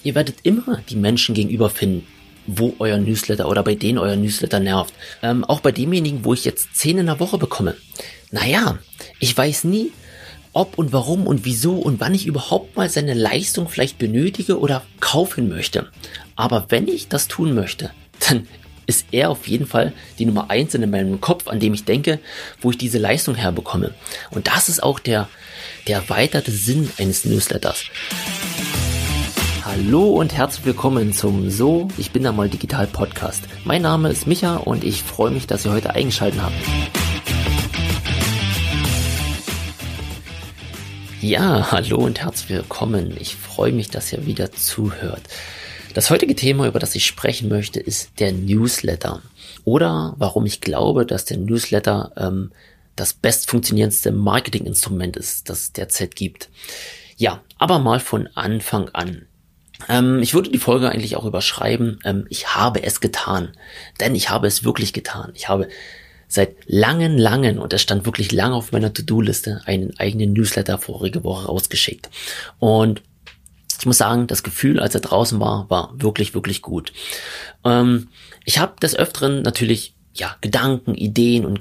ihr werdet immer die Menschen gegenüber finden, wo euer Newsletter oder bei denen euer Newsletter nervt. Auch bei demjenigen, wo ich jetzt 10 in der Woche bekomme. Naja, ich weiß nie, ob und warum und wieso und wann ich überhaupt mal seine Leistung vielleicht benötige oder kaufen möchte. Aber wenn ich das tun möchte, dann ist er auf jeden Fall die Nummer 1 in meinem Kopf, an dem ich denke, wo ich diese Leistung herbekomme. Und das ist auch der erweiterte Sinn eines Newsletters. Hallo und herzlich willkommen zum Ich bin da mal digital Podcast. Mein Name ist Micha und ich freue mich, dass ihr heute eingeschaltet habt. Ja, hallo und herzlich willkommen. Ich freue mich, dass ihr wieder zuhört. Das heutige Thema, über das ich sprechen möchte, ist der Newsletter. Oder warum ich glaube, dass der Newsletter das bestfunktionierendste Marketinginstrument ist, das es derzeit gibt. Ja, aber mal von Anfang an. Ich würde die Folge eigentlich auch überschreiben, ich habe es getan. Denn ich habe es wirklich getan. Ich habe seit langen, und es stand wirklich lange auf meiner To-Do-Liste, einen eigenen Newsletter vorige Woche rausgeschickt. Und ich muss sagen, das Gefühl, als er draußen war wirklich, wirklich gut. Ich habe des Öfteren natürlich Gedanken, Ideen und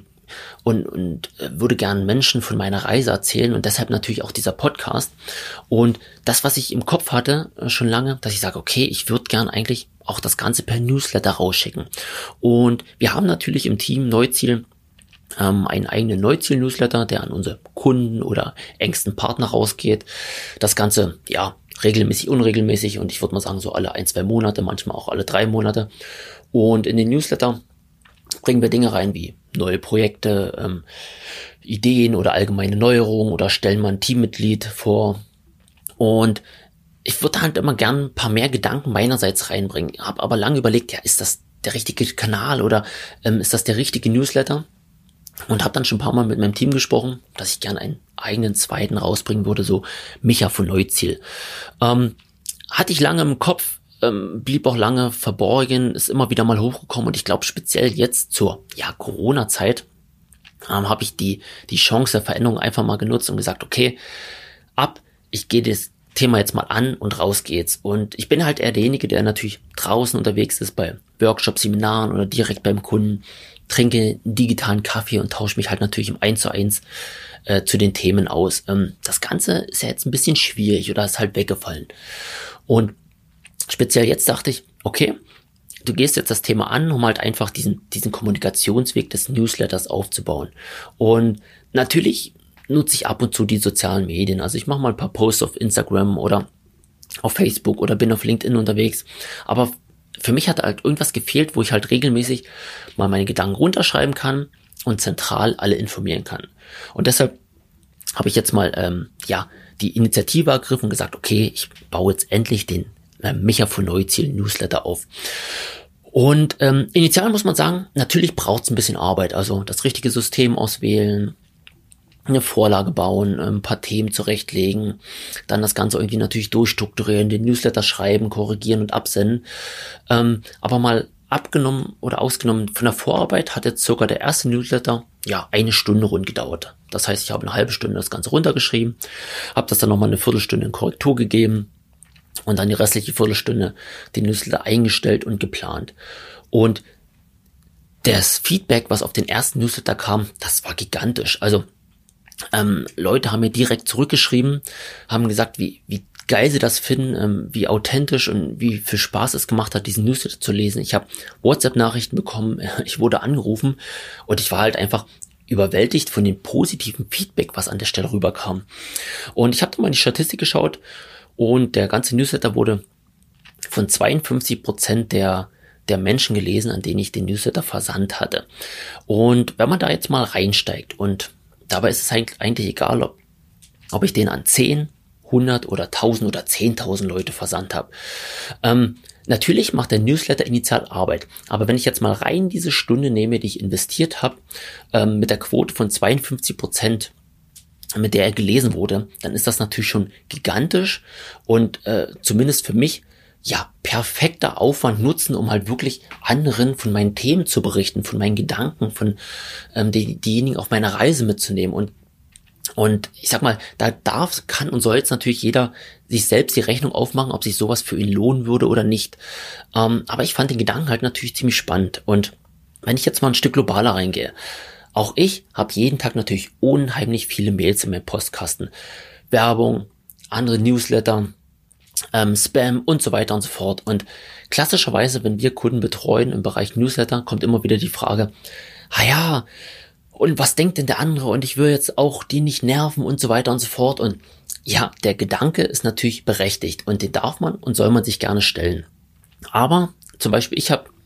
würde gern Menschen von meiner Reise erzählen und deshalb natürlich auch dieser Podcast. Und das, was ich im Kopf hatte schon lange, dass ich sage, okay, ich würde gern eigentlich auch das Ganze per Newsletter rausschicken. Und wir haben natürlich im Team Neuziel einen eigenen Neuziel-Newsletter, der an unsere Kunden oder engsten Partner rausgeht. Das Ganze, regelmäßig, unregelmäßig und ich würde mal sagen so alle 1-2 Monate, manchmal auch alle 3 Monate. Und in den Newsletter bringen wir Dinge rein wie neue Projekte, Ideen oder allgemeine Neuerungen oder stellen mal ein Teammitglied vor. Und ich würde halt immer gern ein paar mehr Gedanken meinerseits reinbringen. Habe aber lange überlegt, ist das der richtige Kanal oder ist das der richtige Newsletter? Und habe dann schon ein paar Mal mit meinem Team gesprochen, dass ich gern einen eigenen zweiten rausbringen würde, so Micha von Neuziel. Hatte ich lange im Kopf, blieb auch lange verborgen, ist immer wieder mal hochgekommen und ich glaube speziell jetzt zur Corona-Zeit habe ich die Chance der Veränderung einfach mal genutzt und gesagt, okay, ich gehe das Thema jetzt mal an und raus geht's. Und ich bin halt eher derjenige, der natürlich draußen unterwegs ist bei Workshops, Seminaren oder direkt beim Kunden, trinke einen digitalen Kaffee und tausche mich halt natürlich im 1:1 zu den Themen aus. Das Ganze ist ja jetzt ein bisschen schwierig oder ist halt weggefallen. Und speziell jetzt dachte ich, okay, du gehst jetzt das Thema an, um halt einfach diesen Kommunikationsweg des Newsletters aufzubauen. Und natürlich nutze ich ab und zu die sozialen Medien. Also ich mache mal ein paar Posts auf Instagram oder auf Facebook oder bin auf LinkedIn unterwegs. Aber für mich hat halt irgendwas gefehlt, wo ich halt regelmäßig mal meine Gedanken runterschreiben kann und zentral alle informieren kann. Und deshalb habe ich jetzt mal die Initiative ergriffen und gesagt, okay, ich baue jetzt endlich den Micha von Neuziel Newsletter auf. Und initial muss man sagen, natürlich braucht es ein bisschen Arbeit, also das richtige System auswählen, eine Vorlage bauen, ein paar Themen zurechtlegen, dann das Ganze irgendwie natürlich durchstrukturieren, den Newsletter schreiben, korrigieren und absenden. Aber mal abgenommen oder ausgenommen von der Vorarbeit hat jetzt circa der erste Newsletter 1 Stunde rund gedauert. Das heißt, ich habe eine halbe Stunde das Ganze runtergeschrieben, habe das dann nochmal eine Viertelstunde in Korrektur gegeben und dann die restliche Viertelstunde den Newsletter eingestellt und geplant. Und das Feedback, was auf den ersten Newsletter kam, das war gigantisch. Also Leute haben mir direkt zurückgeschrieben, haben gesagt, wie geil sie das finden, wie authentisch und wie viel Spaß es gemacht hat, diesen Newsletter zu lesen. Ich habe WhatsApp-Nachrichten bekommen, ich wurde angerufen und ich war halt einfach überwältigt von dem positiven Feedback, was an der Stelle rüberkam. Und ich habe dann mal in die Statistik geschaut und der ganze Newsletter wurde von 52% der Menschen gelesen, an denen ich den Newsletter versandt hatte. Und wenn man da jetzt mal reinsteigt und dabei ist es eigentlich egal, ob ich den an 10, 100 oder 1000 oder 10.000 Leute versandt habe. Natürlich macht der Newsletter initial Arbeit, aber wenn ich jetzt mal rein diese Stunde nehme, die ich investiert habe, mit der Quote von 52%, mit der er gelesen wurde, dann ist das natürlich schon gigantisch und zumindest für mich perfekter Aufwand nutzen, um halt wirklich anderen von meinen Themen zu berichten, von meinen Gedanken, von diejenigen auf meiner Reise mitzunehmen. Und Und ich sag mal, da kann und soll jetzt natürlich jeder sich selbst die Rechnung aufmachen, ob sich sowas für ihn lohnen würde oder nicht. Aber ich fand den Gedanken halt natürlich ziemlich spannend. Und wenn ich jetzt mal ein Stück globaler reingehe, auch ich habe jeden Tag natürlich unheimlich viele Mails in meinem Postkasten. Werbung, andere Newsletter, Spam und so weiter und so fort. Und klassischerweise, wenn wir Kunden betreuen im Bereich Newsletter, kommt immer wieder die Frage, ja, und was denkt denn der andere? Und ich will jetzt auch die nicht nerven und so weiter und so fort. Und ja, der Gedanke ist natürlich berechtigt und den darf man und soll man sich gerne stellen. Aber zum Beispiel, ich habe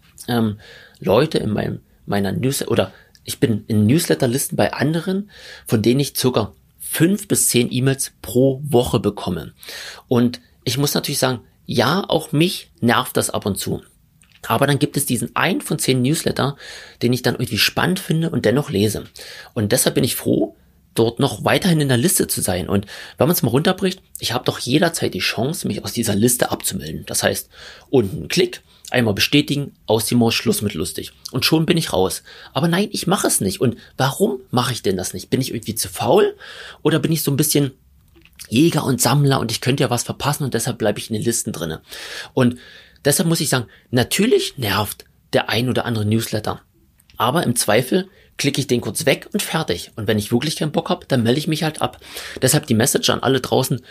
Leute in meiner Newsletter, oder ich bin in Newsletterlisten bei anderen, von denen ich circa 5 bis 10 E-Mails pro Woche bekomme. Und ich muss natürlich sagen, ja, auch mich nervt das ab und zu. Aber dann gibt es diesen einen von 10 Newsletter, den ich dann irgendwie spannend finde und dennoch lese. Und deshalb bin ich froh, dort noch weiterhin in der Liste zu sein. Und wenn man es mal runterbricht, ich habe doch jederzeit die Chance, mich aus dieser Liste abzumelden. Das heißt, unten Klick, einmal bestätigen, aus die Maus, Schluss mit lustig. Und schon bin ich raus. Aber nein, ich mache es nicht. Und warum mache ich denn das nicht? Bin ich irgendwie zu faul? Oder bin ich so ein bisschen Jäger und Sammler und ich könnte ja was verpassen und deshalb bleibe ich in den Listen drinne? Und deshalb muss ich sagen, natürlich nervt der ein oder andere Newsletter. Aber im Zweifel klicke ich den kurz weg und fertig. Und wenn ich wirklich keinen Bock habe, dann melde ich mich halt ab. Deshalb die Message an alle draußen,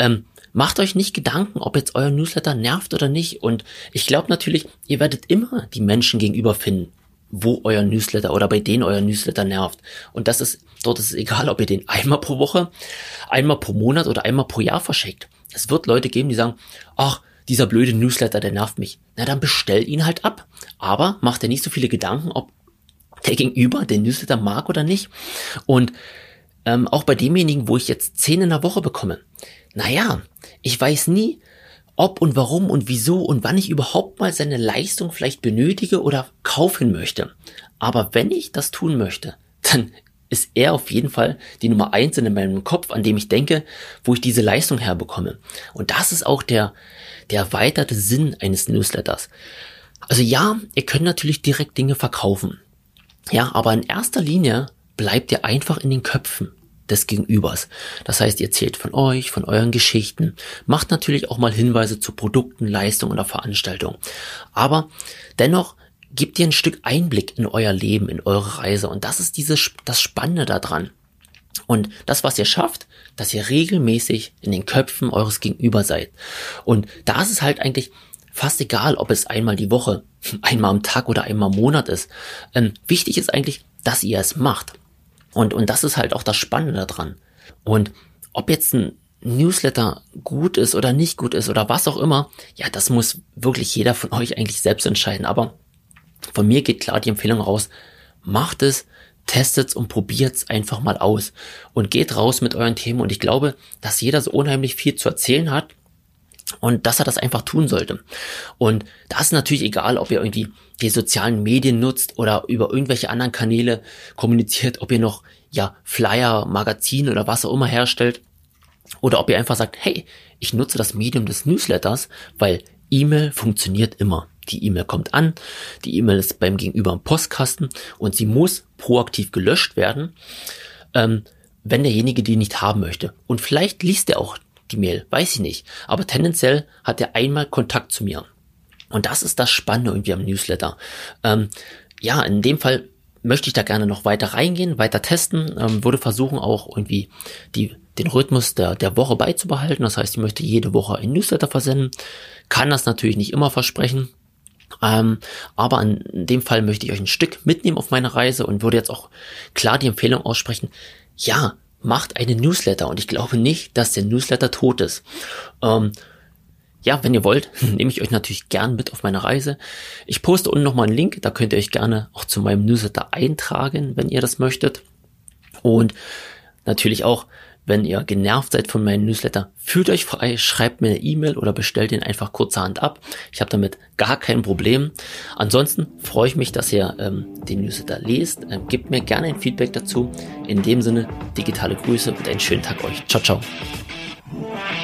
macht euch nicht Gedanken, ob jetzt euer Newsletter nervt oder nicht. Und ich glaube natürlich, ihr werdet immer die Menschen gegenüber finden, wo euer Newsletter oder bei denen euer Newsletter nervt. Und dort ist es egal, ob ihr den einmal pro Woche, einmal pro Monat oder einmal pro Jahr verschickt. Es wird Leute geben, die sagen, ach, dieser blöde Newsletter, der nervt mich. Na, dann bestellt ihn halt ab. Aber macht dir nicht so viele Gedanken, ob der Gegenüber den Newsletter mag oder nicht. Und auch bei demjenigen, wo ich jetzt 10 in der Woche bekomme. Naja, ich weiß nie, ob und warum und wieso und wann ich überhaupt mal seine Leistung vielleicht benötige oder kaufen möchte. Aber wenn ich das tun möchte, dann ist er auf jeden Fall die Nummer 1 in meinem Kopf, an dem ich denke, wo ich diese Leistung herbekomme. Und das ist auch der erweiterte Sinn eines Newsletters. Also ja, ihr könnt natürlich direkt Dinge verkaufen. Ja, aber in erster Linie bleibt ihr einfach in den Köpfen des Gegenübers. Das heißt, ihr erzählt von euch, von euren Geschichten, macht natürlich auch mal Hinweise zu Produkten, Leistungen oder Veranstaltungen. Aber dennoch gebt ihr ein Stück Einblick in euer Leben, in eure Reise. Und das ist das Spannende daran. Und das, was ihr schafft, dass ihr regelmäßig in den Köpfen eures Gegenüber seid. Und da ist es halt eigentlich fast egal, ob es einmal die Woche, einmal am Tag oder einmal im Monat ist. Wichtig ist eigentlich, dass ihr es macht. Und das ist halt auch das Spannende daran. Und ob jetzt ein Newsletter gut ist oder nicht gut ist oder was auch immer, ja, das muss wirklich jeder von euch eigentlich selbst entscheiden. Aber von mir geht klar die Empfehlung raus, macht es, testet's und probiert's einfach mal aus. Und geht raus mit euren Themen. Und ich glaube, dass jeder so unheimlich viel zu erzählen hat. Und dass er das einfach tun sollte. Und da ist natürlich egal, ob ihr irgendwie die sozialen Medien nutzt oder über irgendwelche anderen Kanäle kommuniziert, ob ihr noch Flyer, Magazin oder was auch immer herstellt. Oder ob ihr einfach sagt, hey, ich nutze das Medium des Newsletters, weil E-Mail funktioniert immer. Die E-Mail kommt an, die E-Mail ist beim Gegenüber im Postkasten und sie muss proaktiv gelöscht werden, wenn derjenige die nicht haben möchte. Und vielleicht liest er auch die Mail, weiß ich nicht. Aber tendenziell hat er einmal Kontakt zu mir. Und das ist das Spannende irgendwie am Newsletter. In dem Fall möchte ich da gerne noch weiter reingehen, weiter testen, würde versuchen auch irgendwie den Rhythmus der Woche beizubehalten. Das heißt, ich möchte jede Woche ein Newsletter versenden. Kann das natürlich nicht immer versprechen. Aber in dem Fall möchte ich euch ein Stück mitnehmen auf meine Reise und würde jetzt auch klar die Empfehlung aussprechen, ja, macht einen Newsletter und ich glaube nicht, dass der Newsletter tot ist. Wenn ihr wollt, nehme ich euch natürlich gern mit auf meine Reise. Ich poste unten nochmal einen Link, da könnt ihr euch gerne auch zu meinem Newsletter eintragen, wenn ihr das möchtet. Und natürlich auch, wenn ihr genervt seid von meinem Newsletter, fühlt euch frei, schreibt mir eine E-Mail oder bestellt den einfach kurzerhand ab. Ich habe damit gar kein Problem. Ansonsten freue ich mich, dass ihr den Newsletter lest. Gebt mir gerne ein Feedback dazu. In dem Sinne, digitale Grüße und einen schönen Tag euch. Ciao, ciao.